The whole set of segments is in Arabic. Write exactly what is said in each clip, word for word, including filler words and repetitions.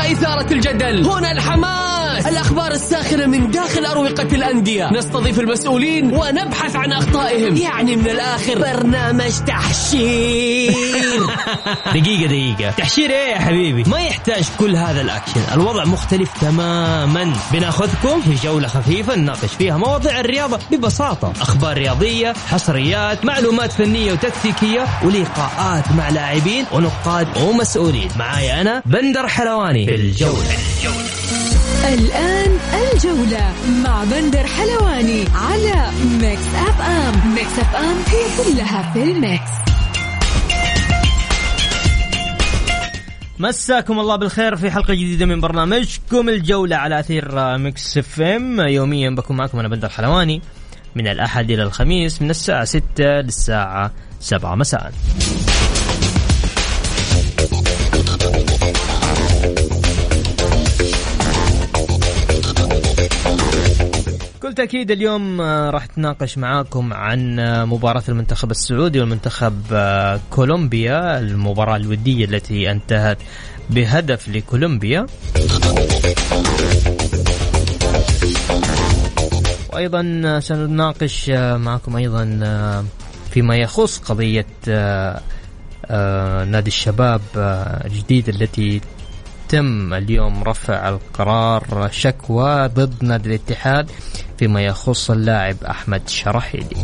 هنا إثارة الجدل، هنا الحماس، الأخبار الساخنة من داخل أروقة الأندية، نستضيف المسؤولين ونبحث عن أخطائهم. يعني من الآخر برنامج تحشير. دقيقة دقيقة، تحشير إيه يا حبيبي؟ ما يحتاج كل هذا الأكشن، الوضع مختلف تماما. بناخذكم في جولة خفيفة نناقش فيها مواضيع الرياضة ببساطة، أخبار رياضية، حصريات، معلومات فنية وتكتيكية، ولقاءات مع لاعبين ونقاد ومسؤولين. معايا أنا بندر حلواني في الجولة. الآن الجولة مع بندر حلواني على ميكس أف أم. ميكس أف أم هي كلها في الميكس. مساكم الله بالخير في حلقة جديدة من برنامجكم الجولة على أثير ميكس اف ام. يوميا بكون معكم أنا بندر حلواني من الأحد إلى الخميس من الساعة ستة للساعة سبعة مساء. بكل تأكيد اليوم راح نتناقش معاكم عن مباراة المنتخب السعودي والمنتخب كولومبيا، المباراة الودية التي انتهت بهدف لكولومبيا. وأيضا سنناقش معكم أيضا فيما يخص قضية نادي الشباب الجديد التي تم اليوم رفع القرار شكوى ضد نادي الاتحاد فيما يخص اللاعب أحمد شرحيلي.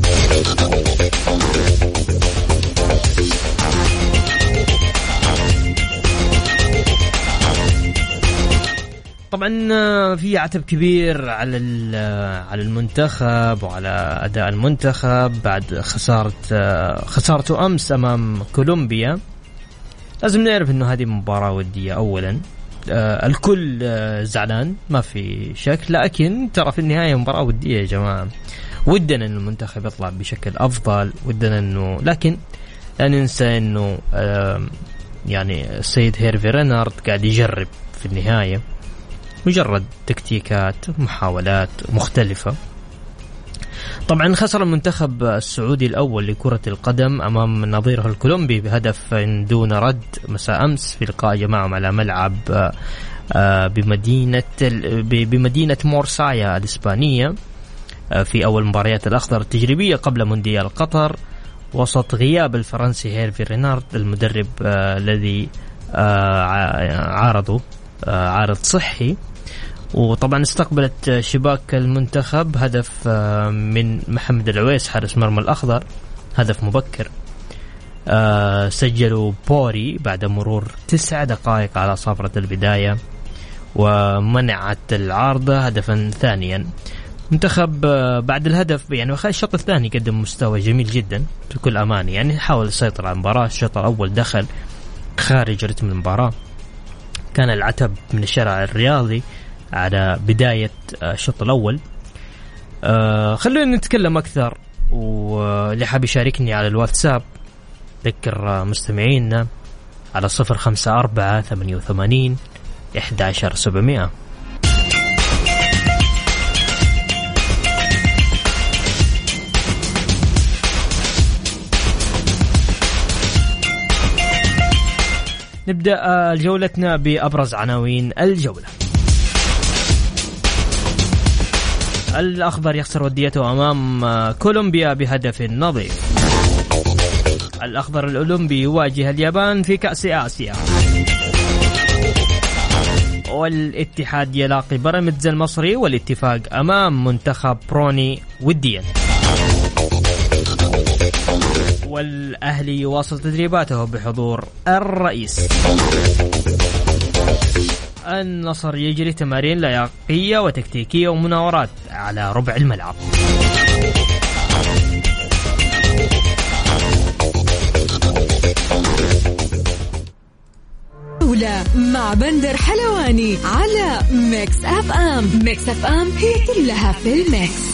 طبعا في عتب كبير على على المنتخب وعلى أداء المنتخب بعد خسارة خسارته أمس أمام كولومبيا. لازم نعرف إنه هذه مباراة ودية أولا، آه الكل آه زعلان ما في شك، لكن ترى في النهاية مباراة ودية يا جماعة. ودنا إنه المنتخب يطلع بشكل أفضل، ودنا إنه، لكن لا ننسى إنه آه يعني السيد هيرفي رينارد قاعد يجرب في النهاية، مجرد تكتيكات محاولات مختلفة. طبعا خسر المنتخب السعودي الأول لكرة القدم أمام نظيره الكولومبي بهدف دون رد مساء أمس في لقاء جماعهم على ملعب بمدينة بمدينة مورسايا الإسبانية في أول مباريات الأخضر التجريبية قبل مونديال قطر، وسط غياب الفرنسي هيرفي رينارد المدرب الذي عارضه عارض صحي. وطبعا استقبلت شباك المنتخب هدف من محمد العويس حارس مرمى الأخضر، هدف مبكر سجلوا بوري بعد مرور تسع دقائق على صافرة البداية، ومنعت العارضة هدفا ثانيا. منتخب بعد الهدف يعني وخلال الشوط الثاني قدم مستوى جميل جدا بكل أمانة، يعني حاول يسيطر على المباراة. الشوط الأول دخل خارج رتم المباراة، كان العتب من الشارع الرياضي على بداية الشوط الأول. آه خلونا نتكلم أكثر، واللي حاب يشاركني على الواتساب ذكر مستمعينا على صفر خمسة أربعة ثمانية وثمانين إحدى عشر سبعمائة. نبدأ جولتنا بأبرز عناوين الجولة. الأخضر يخسر وديته أمام كولومبيا بهدف نظيف. الأخضر الأولمبي يواجه اليابان في كأس آسيا. والاتحاد يلاقي بيراميدز المصري والاتفاق أمام منتخب بروني وديا. والأهلي يواصل تدريباته بحضور الرئيس. النصر يجري تمارين لياقية وتكتيكية ومناورات على ربع الملعب. مع بندر حلواني على ميكس أف أم. ميكس أف أم هي كلها في الميكس.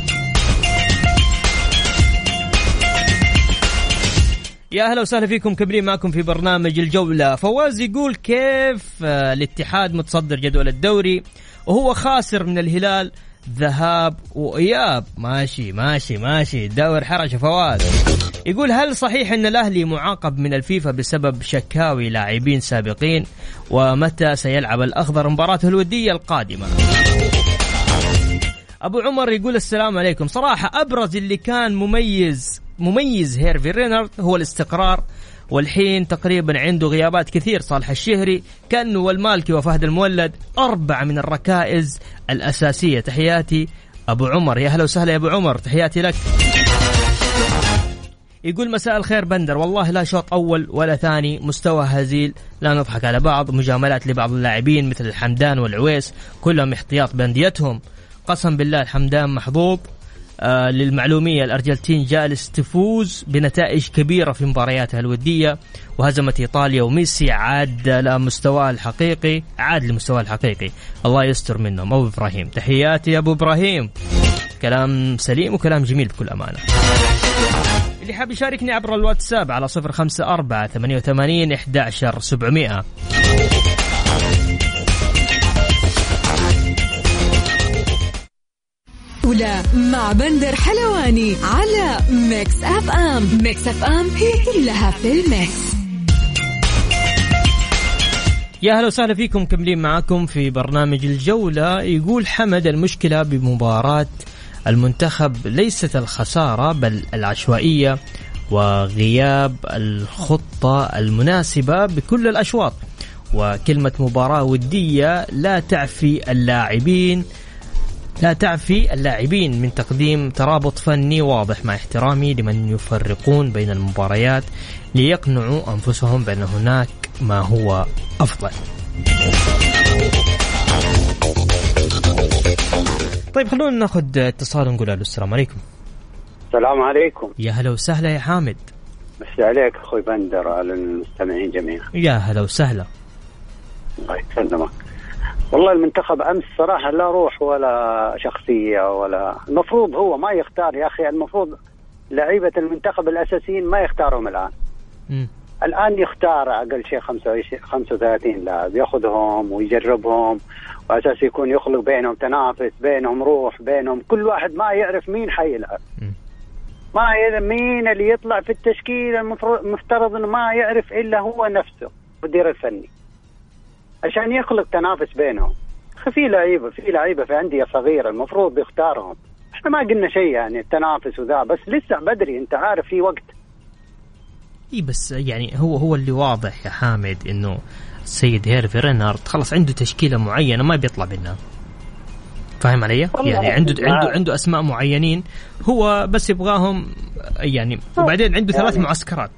يا أهلا وسهلا فيكم، كبرين معكم في برنامج الجولة. فواز يقول كيف الاتحاد متصدر جدول الدوري وهو خاسر من الهلال ذهاب وإياب. ماشي ماشي ماشي دور حرج فواز. يقول هل صحيح أن الأهلي معاقب من الفيفا بسبب شكاوي لاعبين سابقين؟ ومتى سيلعب الأخضر مباراته الودية القادمة؟ أبو عمر يقول السلام عليكم. صراحة أبرز اللي كان مميز مميز هيرفي رينارد هو الاستقرار، والحين تقريبا عنده غيابات كثير. صالح الشهري كأنه والمالكي وفهد المولد أربعة من الركائز الأساسية. تحياتي أبو عمر. يا هلا وسهلا يا أبو عمر، تحياتي لك. يقول مساء الخير بندر، والله لا شوط أول ولا ثاني، مستوى هزيل، لا نضحك على بعض، مجاملات لبعض اللاعبين مثل الحمدان والعويس كلهم احتياط بأنديتهم. قسم بالله الحمدان محظوظ. آه للمعلومية الأرجنتين جالس تفوز بنتائج كبيرة في مبارياتها الودية، وهزمت إيطاليا، وميسي عاد لمستواه الحقيقي عاد لمستواه الحقيقي. الله يستر منهم. أبو إبراهيم، تحياتي يا أبو إبراهيم، كلام سليم وكلام جميل بكل أمانة. اللي حاب يشاركني عبر الواتساب على صفر خمسة أربعة ثمانية وثمانين أحد عشر سبعمائة. ولا مع بندر حلواني على ميكس أف أم. ميكس أف أم هي كلها في الميكس. يا هلا وسهلا فيكم، كملين معاكم في برنامج الجولة. يقول حمد المشكلة بمباراة المنتخب ليست الخسارة بل العشوائية وغياب الخطة المناسبة بكل الأشواط، وكلمة مباراة ودية لا تعفي اللاعبين لا تعفي اللاعبين من تقديم ترابط فني واضح، مع احترامي لمن يفرقون بين المباريات ليقنعوا أنفسهم بأن هناك ما هو أفضل. طيب خلونا ناخذ اتصال ونقول له السلام عليكم. السلام عليكم. يا هلا وسهلا يا حامد. مسي عليك أخوي بندر على المستمعين جميعا. يا هلا وسهلا. الله يسلمك. والله المنتخب أمس صراحة لا روح ولا شخصية ولا، المفروض هو ما يختار يا أخي، المفروض لعيبة المنتخب الأساسيين ما يختارهم الآن. م. الآن يختار أقل شيء خمسة وثلاثين لاعب يأخذهم ويجربهم، وأساس يكون يخلق بينهم تنافس، بينهم روح، بينهم كل واحد ما يعرف مين حيلعب، ما يعرف مين اللي يطلع في التشكيل. المفترض إنه ما يعرف إلا هو نفسه مدير الفني عشان يخلق تنافس بينهم. في لعيبة في لعيبة في أندية صغيرة المفروض يختارهم. احنا ما قلنا شيء يعني التنافس وذا، بس لسه بدري، انت عارف في وقت. اي بس يعني هو هو اللي واضح يا حامد انه السيد هيرفي رينارد خلص عنده تشكيلة معينة ما بيطلع منها، فاهم علي؟ يعني عنده عنده عنده اسماء معينين هو بس يبغاهم يعني، وبعدين عنده ثلاث يعني معسكرات،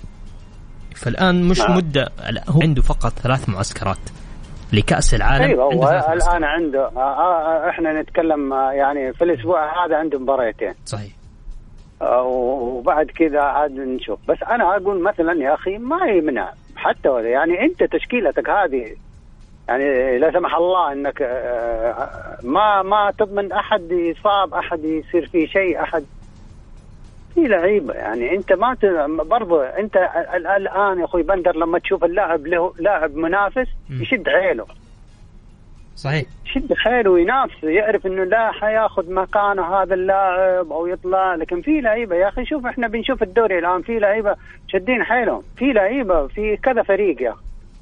فالآن مش آه. مدة، هو عنده فقط ثلاث معسكرات لكأس العالم. أيوة هو الآن عنده آه آه احنا نتكلم آه يعني في الأسبوع هذا عنده مباريتين صحيح، آه وبعد كذا عاد نشوف. بس أنا أقول مثلا يا أخي ما يمنع حتى ولا يعني أنت تشكيلتك هذه يعني لا سمح الله أنك آه ما ما تضمن أحد يصاب، أحد يصير فيه شيء، أحد في لعيبة يعني أنت ما ت... برضو أنت الآن يا أخوي بندر لما تشوف اللاعب له لاعب منافس يشد حيله. صحيح، يشد حيله وينافس، يعرف إنه لا حياخد مكانه هذا اللاعب أو يطلع. لكن في لعيبة يا أخي، شوف إحنا بنشوف الدوري الآن في لعيبة شدين حيلهم، في لعيبة في كذا فريق يا أخي.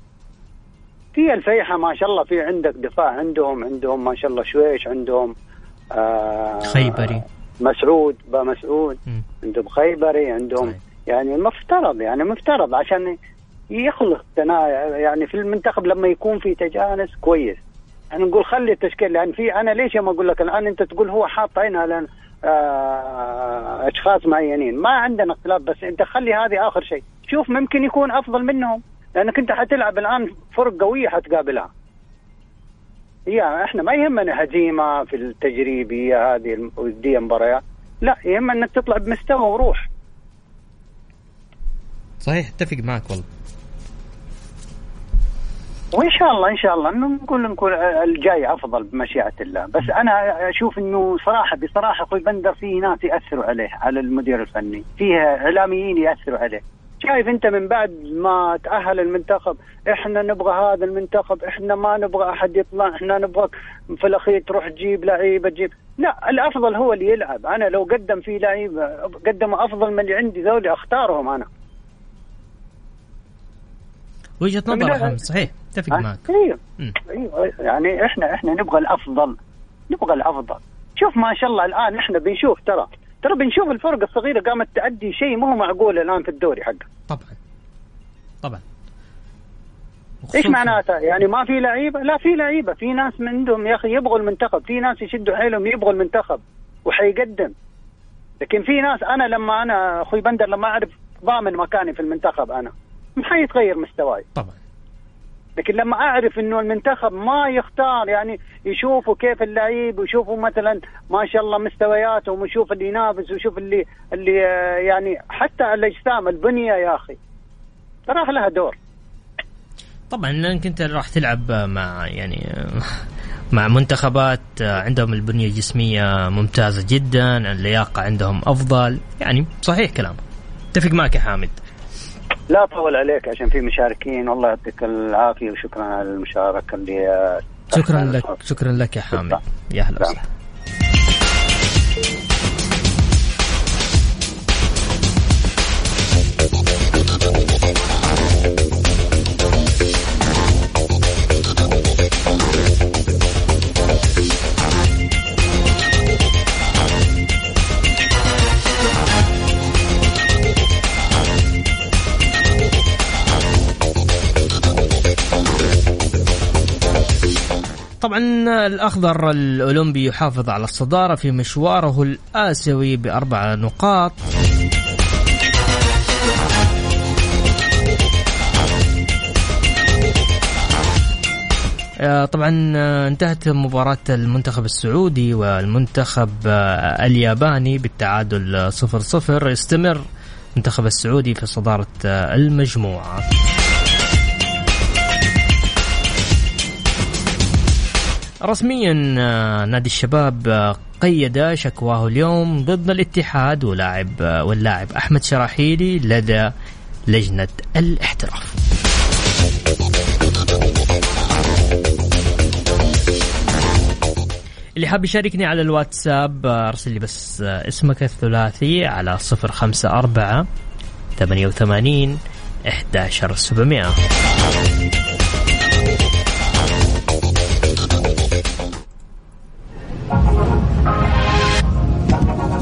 في الفيحة ما شاء الله، في عندك دفاع عندهم عندهم ما شاء الله شويش، عندهم آه خيبري، مسعود بمسعود، عندهم خيبري، عندهم صحيح. يعني المفترض يعني مفترض عشان يخلق تنا يعني في المنتخب لما يكون في تجانس كويس. يعني نقول خلي التشكيل، لأن في أنا ليش ما أقول لك الآن أنت تقول هو حاط عينها لأن آه أشخاص معينين، ما عندنا اختلاف، بس أنت خلي هذه آخر شيء، شوف ممكن يكون أفضل منهم، لأنك أنت حتلعب الآن فرق قوية حتقابلها. يعني احنا ما يهمنا هزيمة في التجريبية هذه ودي مباريات، لا يهمنا انك تطلع بمستوى وروح. صحيح، اتفق معك والله. وان شاء الله ان شاء الله انه نقول نقول الجاي افضل بمشيئة الله. بس انا اشوف انه صراحة بصراحة اخوي بندر فيه ناس يأثروا عليه، على المدير الفني، فيها اعلاميين يأثروا عليه. شايف انت من بعد ما تأهل المنتخب احنا نبغى هذا المنتخب، احنا ما نبغى احد يطلع، احنا نبغى في الاخير تروح تجيب لعيبه تجيب. لا الأفضل هو اللي يلعب. أنا لو قدم في لعيب قدم أفضل من اللي عندي ذولي أختارهم أنا. وجهة نظر حمد صحيح اتفق معك. ايوه ايوه يعني احنا احنا نبغى الافضل نبغى الافضل. شوف ما شاء الله الان احنا بنشوف ترى ترى بنشوف الفرق الصغيره قامت تأدي شيء ما هو معقول الان في الدوري حقه. طبعا طبعا. ايش معناته يعني ما في لعيبه؟ لا في لعيبه، في ناس من عندهم يا اخي يبغوا المنتخب، في ناس يشدوا حيلهم يبغوا المنتخب وحيقدم. لكن في ناس انا لما انا اخوي بندر لما اعرف ضامن مكاني في المنتخب انا ما حيتغير مستواي طبعا. لكن لما أعرف إنه المنتخب ما يختار يعني يشوفوا كيف اللعيب ويشوفوا مثلا ما شاء الله مستوياتهم ويشوف اللي ينافس ويشوف اللي اللي يعني حتى الأجسام البنية يا أخي راح لها دور. طبعا لأنك أنت راح تلعب مع يعني مع منتخبات عندهم البنية الجسمية ممتازة جدا، اللياقة عندهم أفضل، يعني صحيح كلام. اتفق معك يا حامد. لا طول عليك عشان في مشاركين، والله يعطيك العافية وشكرا على المشاركة اللي شكرا لك شكرا لك يا حامد. يا أهلا وسهلا. طبعا الأخضر الأولمبي يحافظ على الصدارة في مشواره الآسيوي بأربع نقاط. طبعا انتهت مباراة المنتخب السعودي والمنتخب الياباني بالتعادل صفر صفر. يستمر المنتخب السعودي في صدارة المجموعة. رسميا نادي الشباب قيد شكواه اليوم ضد الاتحاد ولاعب واللاعب أحمد شراحيلي لدى لجنة الاحتراف. اللي حاب يشاركني على الواتساب ارسل لي بس اسمك الثلاثي على صفر خمسة أربعة ثمانية وثمانين إحدى عشر سبعمائة.